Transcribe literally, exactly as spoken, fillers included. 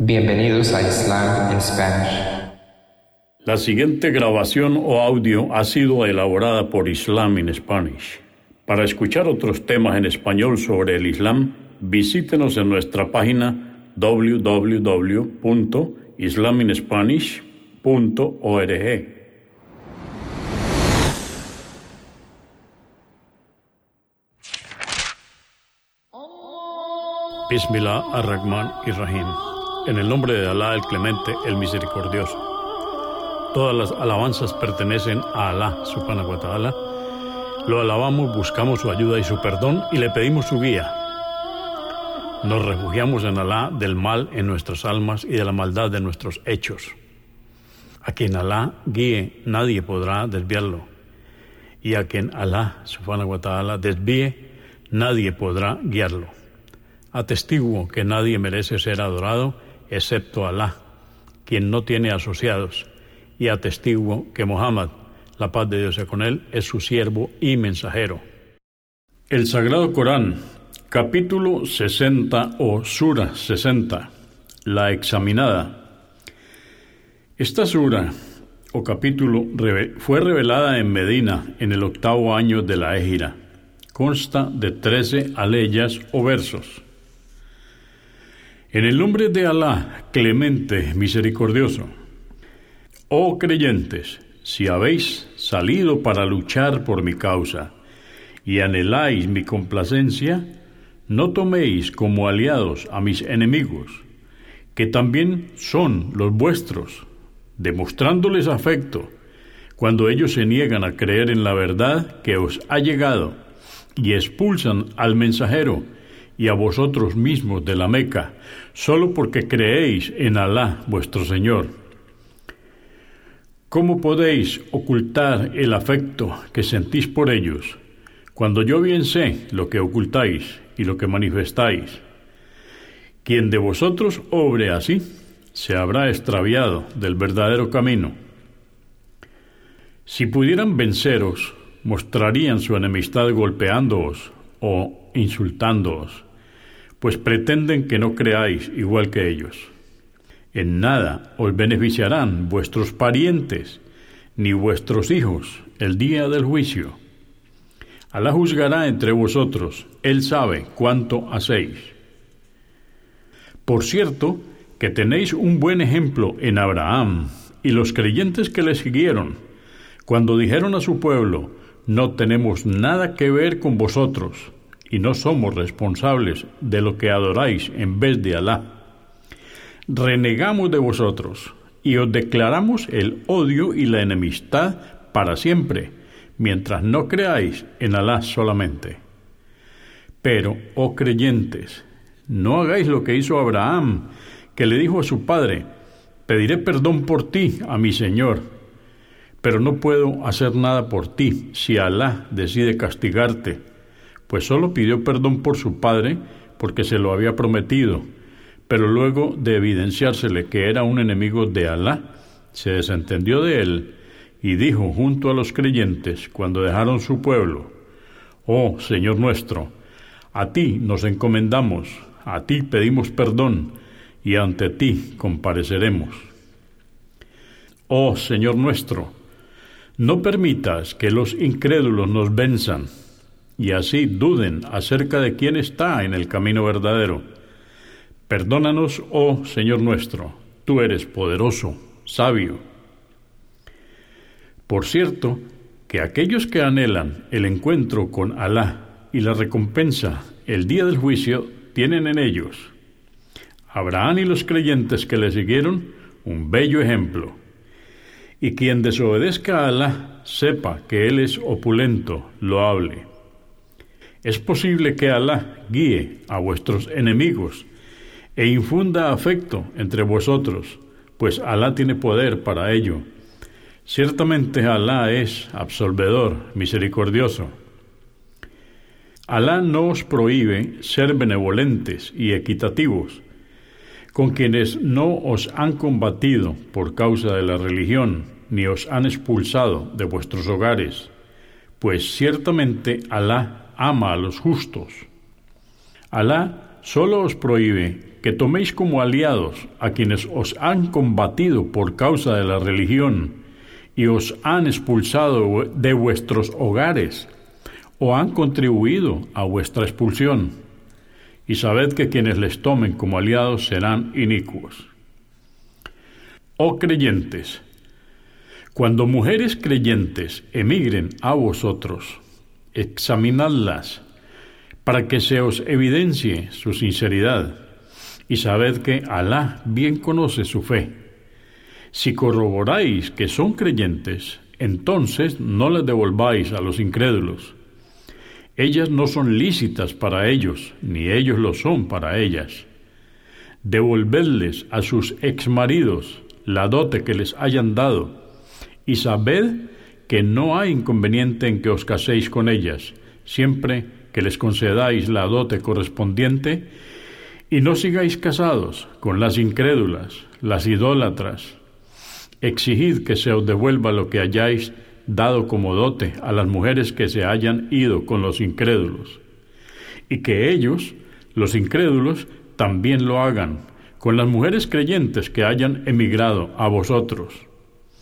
Bienvenidos a Islam en Spanish. La siguiente grabación o audio ha sido elaborada por Islam in Spanish. Para escuchar otros temas en español sobre el Islam, visítenos en nuestra página doble u doble u doble u punto islam in spanish punto org. Bismillah ar-Rahman ir-Rahim. En el nombre de Alá, el Clemente, el Misericordioso. Todas las alabanzas pertenecen a Alá, subhanahu wa ta'ala. Lo alabamos, buscamos su ayuda y su perdón y le pedimos su guía. Nos refugiamos en Alá del mal en nuestras almas y de la maldad de nuestros hechos. A quien Alá guíe, nadie podrá desviarlo. Y a quien Alá, subhanahu wa ta'ala, desvíe, nadie podrá guiarlo. Atestiguo que nadie merece ser adorado excepto Alá, quien no tiene asociados, y atestiguo que Muhammad, la paz de Dios sea con él, es su siervo y mensajero. El Sagrado Corán, capítulo sesenta o sura sesenta, la examinada. Esta sura o capítulo fue revelada en Medina en el octavo año de la Égira. Consta de trece aleyas o versos. En el nombre de Alá, clemente, misericordioso. Oh creyentes, si habéis salido para luchar por mi causa y anheláis mi complacencia, no toméis como aliados a mis enemigos, que también son los vuestros, demostrándoles afecto cuando ellos se niegan a creer en la verdad que os ha llegado y expulsan al mensajero y a vosotros mismos de la Meca, solo porque creéis en Alá, vuestro Señor. ¿Cómo podéis ocultar el afecto que sentís por ellos, cuando yo bien sé lo que ocultáis y lo que manifestáis? Quien de vosotros obre así, se habrá extraviado del verdadero camino. Si pudieran venceros, mostrarían su enemistad golpeándoos o insultándoos, pues pretenden que no creáis igual que ellos. En nada os beneficiarán vuestros parientes ni vuestros hijos el día del juicio. Alá juzgará entre vosotros, Él sabe cuánto hacéis. Por cierto, que tenéis un buen ejemplo en Abraham y los creyentes que le siguieron, cuando dijeron a su pueblo: no tenemos nada que ver con vosotros, y no somos responsables de lo que adoráis en vez de Alá. Renegamos de vosotros, y os declaramos el odio y la enemistad para siempre, mientras no creáis en Alá solamente. Pero, oh creyentes, no hagáis lo que hizo Abraham, que le dijo a su padre: pediré perdón por ti a mi Señor, pero no puedo hacer nada por ti si Alá decide castigarte. Pues solo pidió perdón por su padre porque se lo había prometido, pero luego de evidenciársele que era un enemigo de Alá, se desentendió de él y dijo junto a los creyentes cuando dejaron su pueblo: oh Señor nuestro, a ti nos encomendamos, a ti pedimos perdón y ante ti compareceremos. Oh Señor nuestro, no permitas que los incrédulos nos venzan y así duden acerca de quién está en el camino verdadero. Perdónanos, oh Señor nuestro, tú eres poderoso, sabio. Por cierto, que aquellos que anhelan el encuentro con Alá y la recompensa el día del juicio tienen en ellos, Abraham y los creyentes que le siguieron, un bello ejemplo. Y quien desobedezca a Alá, sepa que Él es opulento, loable. Es posible que Alá guíe a vuestros enemigos e infunda afecto entre vosotros, pues Alá tiene poder para ello. Ciertamente Alá es absolvedor, misericordioso. Alá no os prohíbe ser benevolentes y equitativos con quienes no os han combatido por causa de la religión, ni os han expulsado de vuestros hogares, pues ciertamente Alá ama a los justos. Alá solo os prohíbe que toméis como aliados a quienes os han combatido por causa de la religión y os han expulsado de vuestros hogares o han contribuido a vuestra expulsión, y sabed que quienes les tomen como aliados serán inicuos. Oh creyentes, cuando mujeres creyentes emigren a vosotros, examinadlas para que se os evidencie su sinceridad, y sabed que Alá bien conoce su fe. Si corroboráis que son creyentes, entonces no las devolváis a los incrédulos. Ellas no son lícitas para ellos, ni ellos lo son para ellas. Devolvedles a sus exmaridos la dote que les hayan dado, y sabed que no hay inconveniente en que os caséis con ellas, siempre que les concedáis la dote correspondiente, y no sigáis casados con las incrédulas, las idólatras. Exigid que se os devuelva lo que hayáis dado como dote a las mujeres que se hayan ido con los incrédulos, y que ellos, los incrédulos, también lo hagan con las mujeres creyentes que hayan emigrado a vosotros.